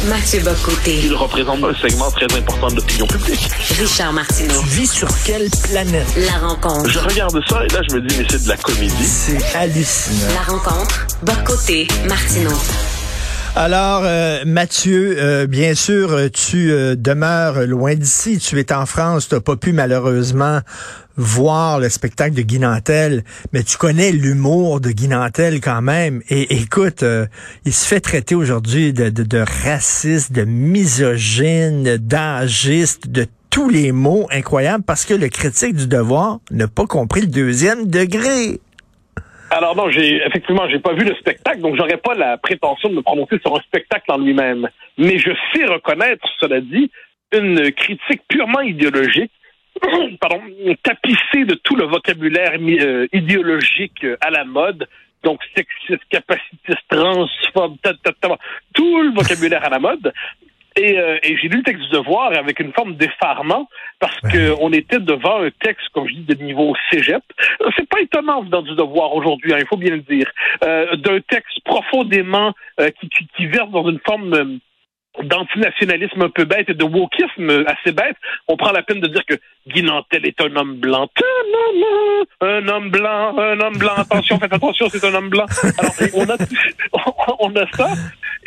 Mathieu Bock-Côté. Il représente un segment très important de l'opinion publique. Richard Martineau. Tu vis sur quelle planète? La rencontre. Je regarde ça et là, je me dis, mais c'est de la comédie. C'est hallucinant. La rencontre. Bock-Côté. Martineau. Alors, Mathieu, bien sûr, tu demeures loin d'ici. Tu es en France. Tu n'as pas pu, malheureusement, voir le spectacle de Guy Nantel, mais tu connais l'humour de Guy Nantel quand même. Et écoute, il se fait traiter aujourd'hui de raciste, de misogyne, d'âgiste, de tous les mots incroyables parce que le critique du Devoir n'a pas compris le deuxième degré. Alors non, j'ai pas vu le spectacle, donc j'aurais pas la prétention de me prononcer sur un spectacle en lui-même. Mais je sais reconnaître, cela dit, une critique purement idéologique, tapissée de tout le vocabulaire idéologique à la mode, donc sexiste, capacitiste, transphobe, tout le vocabulaire à la mode. Et j'ai lu le texte du Devoir avec une forme d'effarement parce que on était devant un texte, comme je dis, de niveau cégep. C'est pas étonnant dans du Devoir aujourd'hui, il faut bien le dire. D'un texte profondément qui verse dans une forme d'antinationalisme un peu bête et de wokisme assez bête. On prend la peine de dire que Guy Nantel est un homme blanc. Un homme blanc, attention, faites attention, c'est un homme blanc. Alors, on a ça,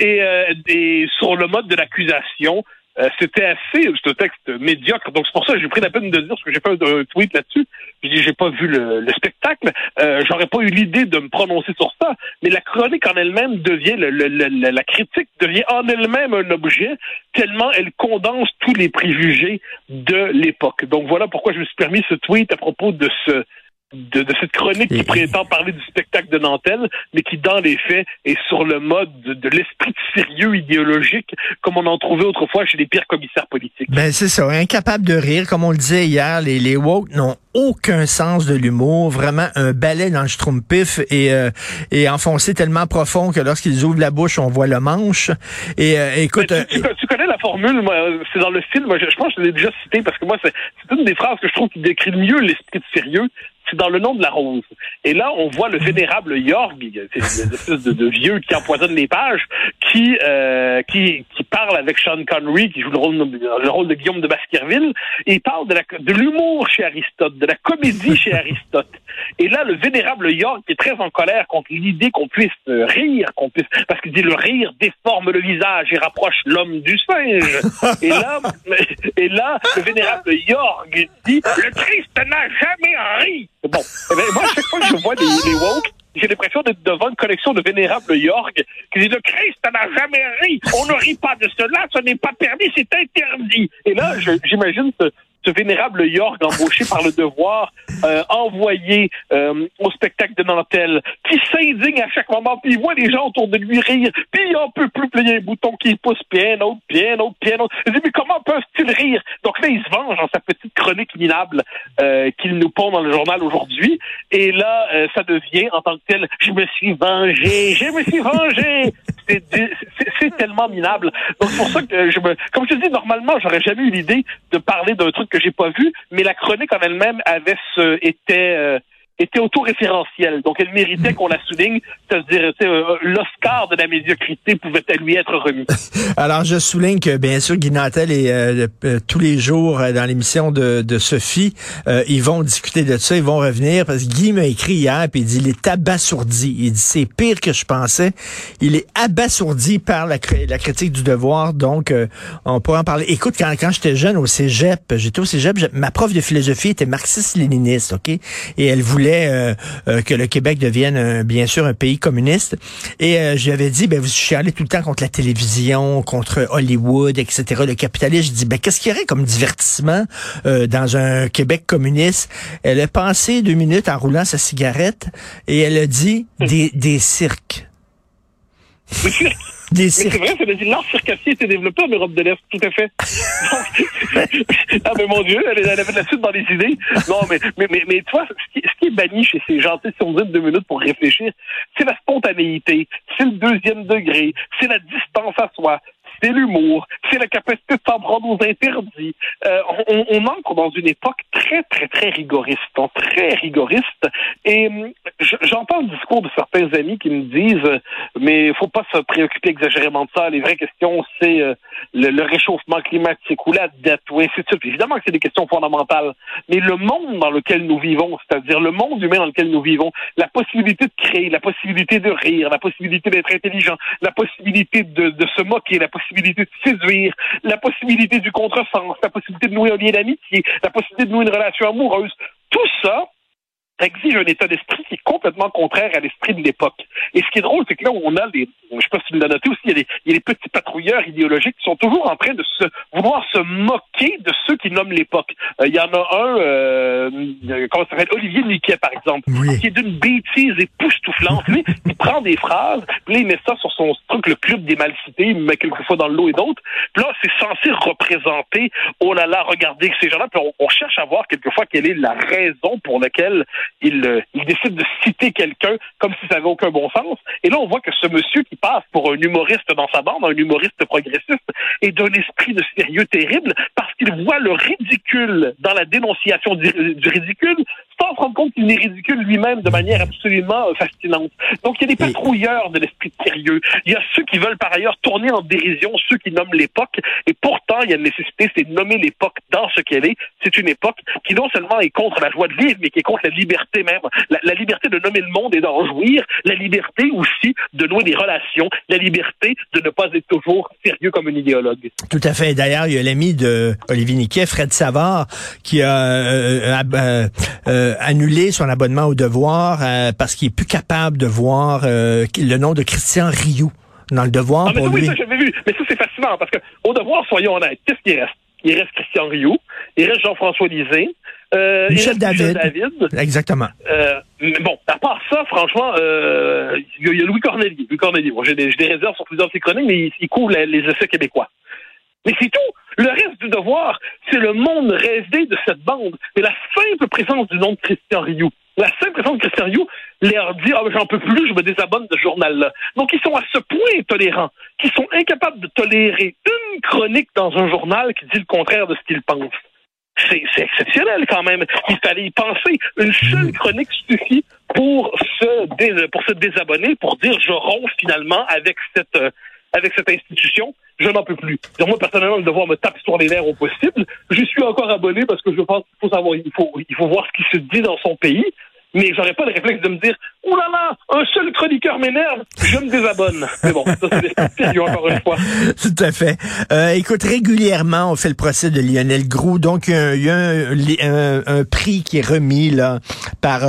et sur le mode de l'accusation, c'était assez, c'est un texte médiocre, donc c'est pour ça que j'ai pris la peine de dire, parce que j'ai fait un tweet là-dessus, je dis j'ai pas vu le spectacle, j'aurais pas eu l'idée de me prononcer sur ça, mais la chronique en elle-même devient, la critique devient en elle-même un objet, tellement elle condense tous les préjugés de l'époque. Donc voilà pourquoi je me suis permis ce tweet à propos de cette chronique qui prétend parler du spectacle de Nantel, mais qui, dans les faits, est sur le mode de l'esprit de sérieux idéologique, comme on en trouvait autrefois chez les pires commissaires politiques. Ben, c'est ça, incapable de rire, comme on le disait hier, les woke n'ont aucun sens de l'humour, vraiment un balai dans le schtroumpif et enfoncé tellement profond que lorsqu'ils ouvrent la bouche, on voit le manche. Et écoute... Tu connais la formule, moi, c'est dans le film, je pense que je l'ai déjà cité, parce que moi, c'est une des phrases que je trouve qui décrit le mieux l'esprit de sérieux. C'est dans Le nom de la rose. Et là, on voit le vénérable Jorg, c'est une espèce de vieux qui empoisonne les pages, qui parle avec Sean Connery, qui joue le rôle de Guillaume de Baskerville, et il parle de l'humour chez Aristote, de la comédie chez Aristote. Et là, le vénérable Jorg est très en colère contre l'idée qu'on puisse rire, parce qu'il dit le rire déforme le visage et rapproche l'homme du singe. Et là, le vénérable Jorg dit le Christ n'a jamais ri. Bon, moi, à chaque fois que je vois les woke, j'ai l'impression d'être devant une collection de vénérables Jorg qui dit le Christ n'a jamais ri. On ne rit pas de cela, ce n'est pas permis, c'est interdit. Et là, j'imagine ce vénérable Jorg embauché par le Devoir, envoyé au spectacle de Nantel, qui s'indigne à chaque moment, puis il voit les gens autour de lui rire, puis il en peut plus, puis il y a un bouton qui pousse, puis un autre. Il dit, mais comment peuvent-ils rire? Donc là, il se venge dans sa petite chronique minable qu'il nous pond dans le journal aujourd'hui, et là, ça devient, en tant que tel, je me suis vengé! C'est tellement minable. Donc c'est pour ça que comme je te dis, normalement, j'aurais jamais eu l'idée de parler d'un truc que j'ai pas vu, mais la chronique en elle-même était autoréférentielle. Donc, elle méritait qu'on la souligne. C'est-à-dire, l'Oscar de la médiocrité pouvait lui être remis. Alors, je souligne que, bien sûr, Guy Nantel est tous les jours dans l'émission de Sophie. Ils vont discuter de ça, ils vont revenir, parce que Guy m'a écrit hier, puis il dit, il est abasourdi. Il dit, c'est pire que je pensais. Il est abasourdi par la critique du Devoir, donc on pourra en parler. Écoute, quand j'étais jeune au cégep, ma prof de philosophie était marxiste-léniniste, OK? Et elle voulait que le Québec devienne bien sûr un pays communiste. Et je lui avais dit, vous chialez tout le temps contre la télévision, contre Hollywood, etc., le capitalisme. Je dis, qu'est-ce qu'il y aurait comme divertissement dans un Québec communiste? Elle a pensé 2 minutes en roulant sa cigarette et elle a dit des cirques. Des cirques? Mais c'est vrai, ça veut dire l'art circassier a été développé en Europe de l'Est, tout à fait. Ah, mais mon Dieu, elle avait de la suite dans les idées. Non, mais tu vois, ce qui est banni chez ces gens, si on dit 2 minutes pour réfléchir, c'est la spontanéité, c'est le deuxième degré, c'est la distance à soi, c'est l'humour, c'est la capacité de s'en prendre aux interdits. On entre dans une époque très, très, très rigoriste, très rigoriste. Et j'entends le discours de certains amis qui me disent mais il faut pas se préoccuper exagérément de ça. Les vraies questions, c'est le réchauffement climatique ou la dette ou ainsi de suite. Évidemment que c'est des questions fondamentales, mais le monde dans lequel nous vivons, c'est-à-dire le monde humain dans lequel nous vivons, la possibilité de créer, la possibilité de rire, la possibilité d'être intelligent, la possibilité de se moquer, la possibilité de séduire, la possibilité du contresens, la possibilité de nouer un lien d'amitié, la possibilité de nouer une relation amoureuse, tout ça exige un état d'esprit qui est complètement contraire à l'esprit de l'époque. Et ce qui est drôle, c'est que là où on a je sais pas si tu l'as noté aussi, il y a des petits patrouilleurs idéologiques qui sont toujours en train de vouloir se moquer de ceux qui nomment l'époque. Il y en a un, comment ça s'appelle, Olivier Niquet, par exemple, oui, qui est d'une bêtise époustouflante. Lui, il prend des phrases, puis là, il met ça sur son truc, le club des mal cités, il me met quelquefois dans le lot et d'autres. Puis là, c'est censé représenter, oh là là, regardez ces gens-là, puis on cherche à voir quelquefois quelle est la raison pour laquelle il décide de citer quelqu'un comme si ça n'avait aucun bon sens. Et là, on voit que ce monsieur qui passe pour un humoriste dans sa bande, un humoriste progressiste, est d'un esprit de sérieux terrible parce qu'il voit le ridicule dans la dénonciation du ridicule sans se rendre compte qu'il est ridicule lui-même de manière absolument fascinante. Donc, il y a des patrouilleurs de l'esprit de sérieux. Il y a ceux qui veulent par ailleurs tourner en dérision ceux qui nomment l'époque. Et pourtant, il y a une nécessité, c'est de nommer l'époque dans ce qu'elle est. C'est une époque qui non seulement est contre la joie de vivre, mais qui est contre la liberté même. La liberté de nommer le monde et d'en jouir. La liberté aussi de nouer des relations. La liberté de ne pas être toujours sérieux comme un idéologue. tout à fait. D'ailleurs, il y a l'ami de Olivier Niquet, Fred Savard, qui a annulé son abonnement au Devoir parce qu'il est plus capable de voir le nom de Christian Rioux dans le Devoir. Mais pour lui. Oui, ça j'avais vu. Mais ça, c'est fascinant parce que au Devoir, soyons honnêtes, qu'est-ce qui reste? Il reste Christian Rioux, il reste Jean-François Lisée, Michel David. Exactement. Bon, à part ça, franchement, il y a Louis Cornelier. Bon, j'ai des réserves sur plusieurs de ses chroniques, mais il couvre les essais québécois. Mais c'est tout. Le reste du Devoir, c'est le monde rêvé de cette bande. Mais la simple présence du nom de Christian Rioux, la simple présence de Christian Rioux leur dit « Ah, j'en peux plus, je me désabonne de ce journal-là ». Donc, ils sont à ce point intolérants qu'ils sont incapables de tolérer une chronique dans un journal qui dit le contraire de ce qu'ils pensent. C'est exceptionnel quand même. Il fallait y penser. Une seule chronique suffit pour se désabonner, pour dire « Je romps finalement avec cette institution ». Je n'en peux plus. Donc, moi, personnellement, le Devoir me tape sur les nerfs au possible. Je suis encore abonné parce que je pense qu'il faut savoir, il faut voir ce qui se dit dans son pays. Mais j'aurais pas le réflexe de me dire « Ouh là là, un seul chroniqueur m'énerve, je me désabonne ». Mais bon, ça c'est sérieux encore une fois. Tout à fait. Écoute, régulièrement, on fait le procès de Lionel Groulx. Donc, il y a un prix qui est remis là par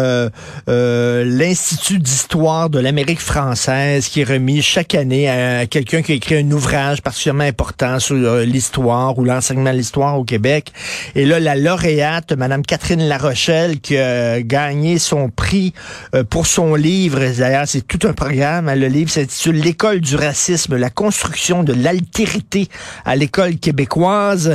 l'Institut d'histoire de l'Amérique française, qui est remis chaque année à quelqu'un qui a écrit un ouvrage particulièrement important sur l'histoire ou l'enseignement de l'histoire au Québec. Et là, la lauréate, Madame Catherine Larochelle, qui a gagné son prix pour son livre. D'ailleurs, c'est tout un programme. Le livre s'intitule « L'école du racisme, la construction de l'altérité à l'école québécoise ».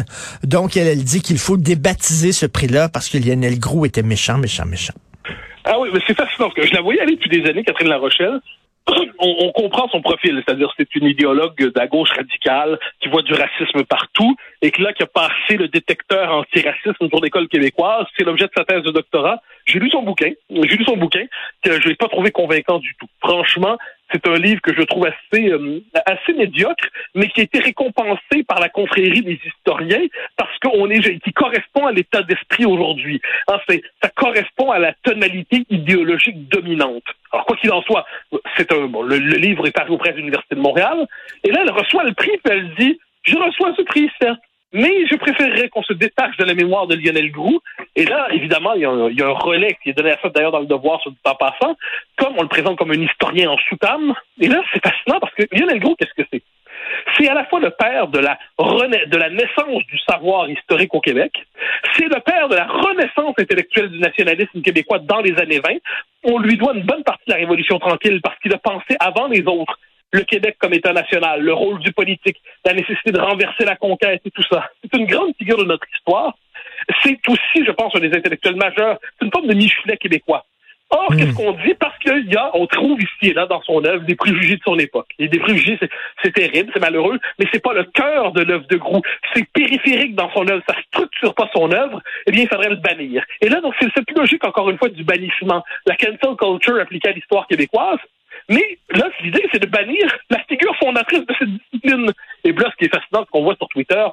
Donc, elle dit qu'il faut débaptiser ce prix-là parce que Lionel Groulx était méchant. Ah oui, mais c'est fascinant parce que je la voyais aller depuis des années, Catherine Larochelle. On comprend son profil, c'est-à-dire c'est une idéologue de la gauche radicale qui voit du racisme partout et qui a passé le détecteur antiracisme pour l'école québécoise. C'est l'objet de sa thèse de doctorat. J'ai lu son bouquin que je l'ai pas trouvé convaincant du tout. Franchement, c'est un livre que je trouve assez médiocre, mais qui a été récompensé par la confrérie des historiens parce qui correspond à l'état d'esprit aujourd'hui. Ça correspond à la tonalité idéologique dominante. Alors, quoi qu'il en soit, le livre est paru auprès de l'Université de Montréal, et là, elle reçoit le prix, puis elle dit « Je reçois ce prix, certes, mais je préférerais qu'on se détache de la mémoire de Lionel Groulx. » Et là, évidemment, il y a un relais qui est donné à ça, d'ailleurs, dans le Devoir, sur le temps passant, comme on le présente comme un historien en soutane. Et là, c'est fascinant, parce que Lionel Groulx, qu'est-ce que c'est? C'est à la fois le père de la naissance du savoir historique au Québec, c'est le père de la renaissance intellectuelle du nationalisme québécois dans les années 20. On lui doit une bonne partie de la Révolution tranquille parce qu'il a pensé avant les autres le Québec comme État national, le rôle du politique, la nécessité de renverser la conquête et tout ça. C'est une grande figure de notre histoire. C'est aussi, je pense, un des intellectuels majeurs. C'est une forme de Michelet québécois. Or, qu'est-ce qu'on dit? Parce on trouve ici et là dans son œuvre des préjugés de son époque. Et des préjugés, c'est terrible, c'est malheureux, mais c'est pas le cœur de l'œuvre de Groulx. C'est périphérique dans son œuvre, ça structure pas son œuvre, eh bien, il faudrait le bannir. Et là, donc, c'est cette logique, encore une fois, du bannissement. La cancel culture appliquée à l'histoire québécoise. Mais là, l'idée, c'est de bannir la figure fondatrice de cette discipline. Et là, ce qui est fascinant, c'est qu'on voit sur Twitter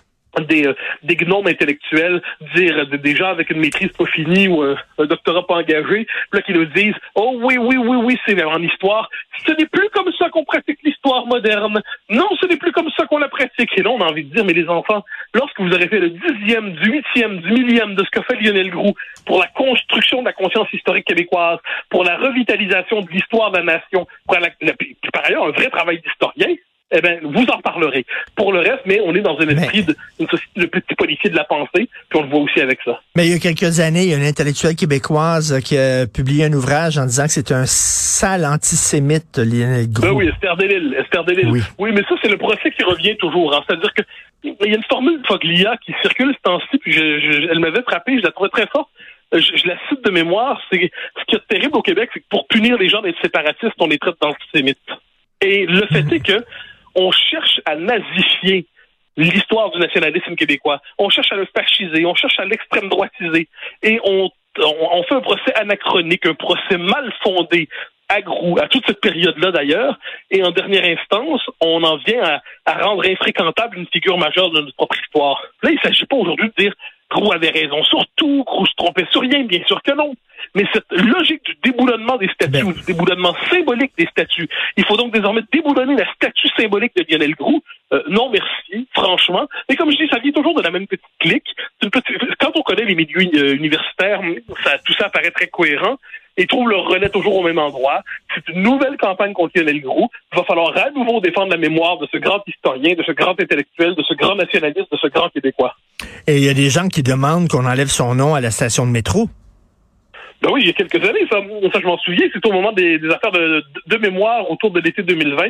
des gnomes intellectuels dire des gens avec une maîtrise pas finie ou un doctorat pas engagé, là qui nous disent oh oui, c'est en histoire, ce n'est plus comme ça qu'on pratique l'histoire moderne. Non, ce n'est plus comme ça qu'on la pratique. Et là, on a envie de dire, mais les enfants, lorsque vous aurez fait le 10e, du 8e, du 1000e de ce qu'a fait Lionel Groulx pour la construction de la conscience historique québécoise, pour la revitalisation de l'histoire de la nation, par ailleurs un vrai travail d'historien, eh bien, vous en parlerez. Pour le reste, mais on est dans un esprit d'une société de petits policiers de la pensée, puis on le voit aussi avec ça. Mais il y a quelques années, il y a une intellectuelle québécoise qui a publié un ouvrage en disant que c'est un sale antisémite, Lionel Groulx. Ben oui, Esther Delisle. Oui, mais ça, c'est le procès qui revient toujours. Hein. C'est-à-dire que il y a une formule de Foglia qui circule ce temps-ci, puis elle m'avait frappé, je la trouvais très forte. Je la cite de mémoire, c'est ce qui est terrible au Québec, c'est que pour punir les gens d'être séparatistes, on les traite d'antisémites. Et le fait est que on cherche à nazifier l'histoire du nationalisme québécois. On cherche à le fasciser, on cherche à l'extrême droitiser. Et on fait un procès anachronique, un procès mal fondé à Groulx, à toute cette période-là d'ailleurs. Et en dernière instance, on en vient à rendre infréquentable une figure majeure de notre propre histoire. Là, il ne s'agit pas aujourd'hui de dire Groulx avait raison sur tout, Groulx se trompait sur rien, bien sûr que non. Mais cette logique du déboulonnement des statues, ou du déboulonnement symbolique des statues, il faut donc désormais déboulonner la statue symbolique de Lionel Groulx. Non, merci, franchement. Et comme je dis, ça vient toujours de la même petite clique. Quand on connaît les milieux universitaires, tout ça paraît très cohérent. Et trouvent leur relais toujours au même endroit. C'est une nouvelle campagne contre Lionel Groulx. Il va falloir à nouveau défendre la mémoire de ce grand historien, de ce grand intellectuel, de ce grand nationaliste, de ce grand Québécois. Et il y a des gens qui demandent qu'on enlève son nom à la station de métro. Ben oui, il y a quelques années, ça je m'en souviens, c'était au moment des affaires de mémoire autour de l'été 2020.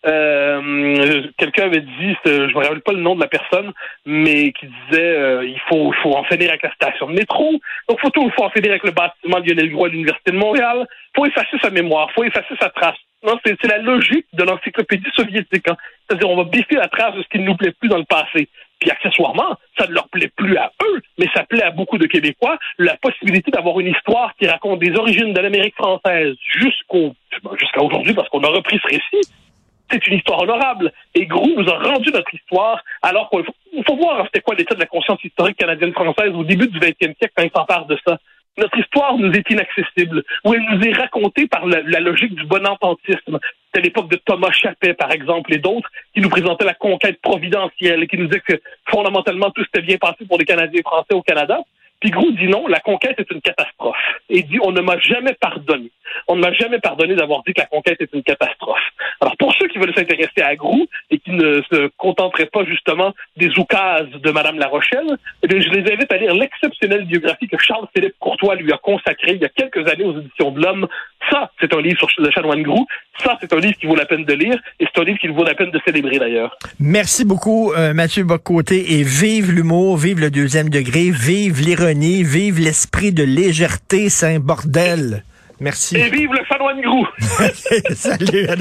Quelqu'un avait dit, je me rappelle pas le nom de la personne, mais qui disait il faut en finir avec la station de métro, donc il faut en finir avec le bâtiment Lionel Groulx à l'Université de Montréal, faut effacer sa mémoire, faut effacer sa trace. Non, c'est la logique de l'encyclopédie soviétique. Hein. C'est-à-dire, on va biffer la trace de ce qui ne nous plaît plus dans le passé. Puis accessoirement, ça ne leur plaît plus à eux, mais ça plaît à beaucoup de Québécois, la possibilité d'avoir une histoire qui raconte des origines de l'Amérique française jusqu'à aujourd'hui, parce qu'on a repris ce récit. C'est une histoire honorable. Et Groulx nous a rendu notre histoire, alors qu'il faut voir c'était quoi l'état de la conscience historique canadienne-française au début du 20e siècle quand il s'empare de ça. Notre histoire nous est inaccessible, où elle nous est racontée par la logique du bonententisme. C'est à l'époque de Thomas Chappet, par exemple, et d'autres, qui nous présentaient la conquête providentielle, qui nous disaient que fondamentalement tout s'était bien passé pour les Canadiens français au Canada. Puis Groulx dit non, la conquête est une catastrophe. Et dit, on ne m'a jamais pardonné. On ne m'a jamais pardonné d'avoir dit que la conquête est une catastrophe. Alors, pour ceux qui veulent s'intéresser à Groulx et qui ne se contenteraient pas, justement, des oukases de Madame La Rochelle, eh bien, je les invite à lire l'exceptionnelle biographie que Charles-Philippe Courtois lui a consacrée il y a quelques années aux Éditions de l'Homme. Ça, c'est un livre sur le chanoine Groulx. Ça, c'est un livre qui vaut la peine de lire. Et c'est un livre qui vaut la peine de célébrer, d'ailleurs. Merci beaucoup, Mathieu Bock-Côté. Et vive l'humour, vive le deuxième degré, vive l'ironie, vive l'esprit de légèreté, c'est un bordel. Merci. Et vive le chanoine Groulx. Salut.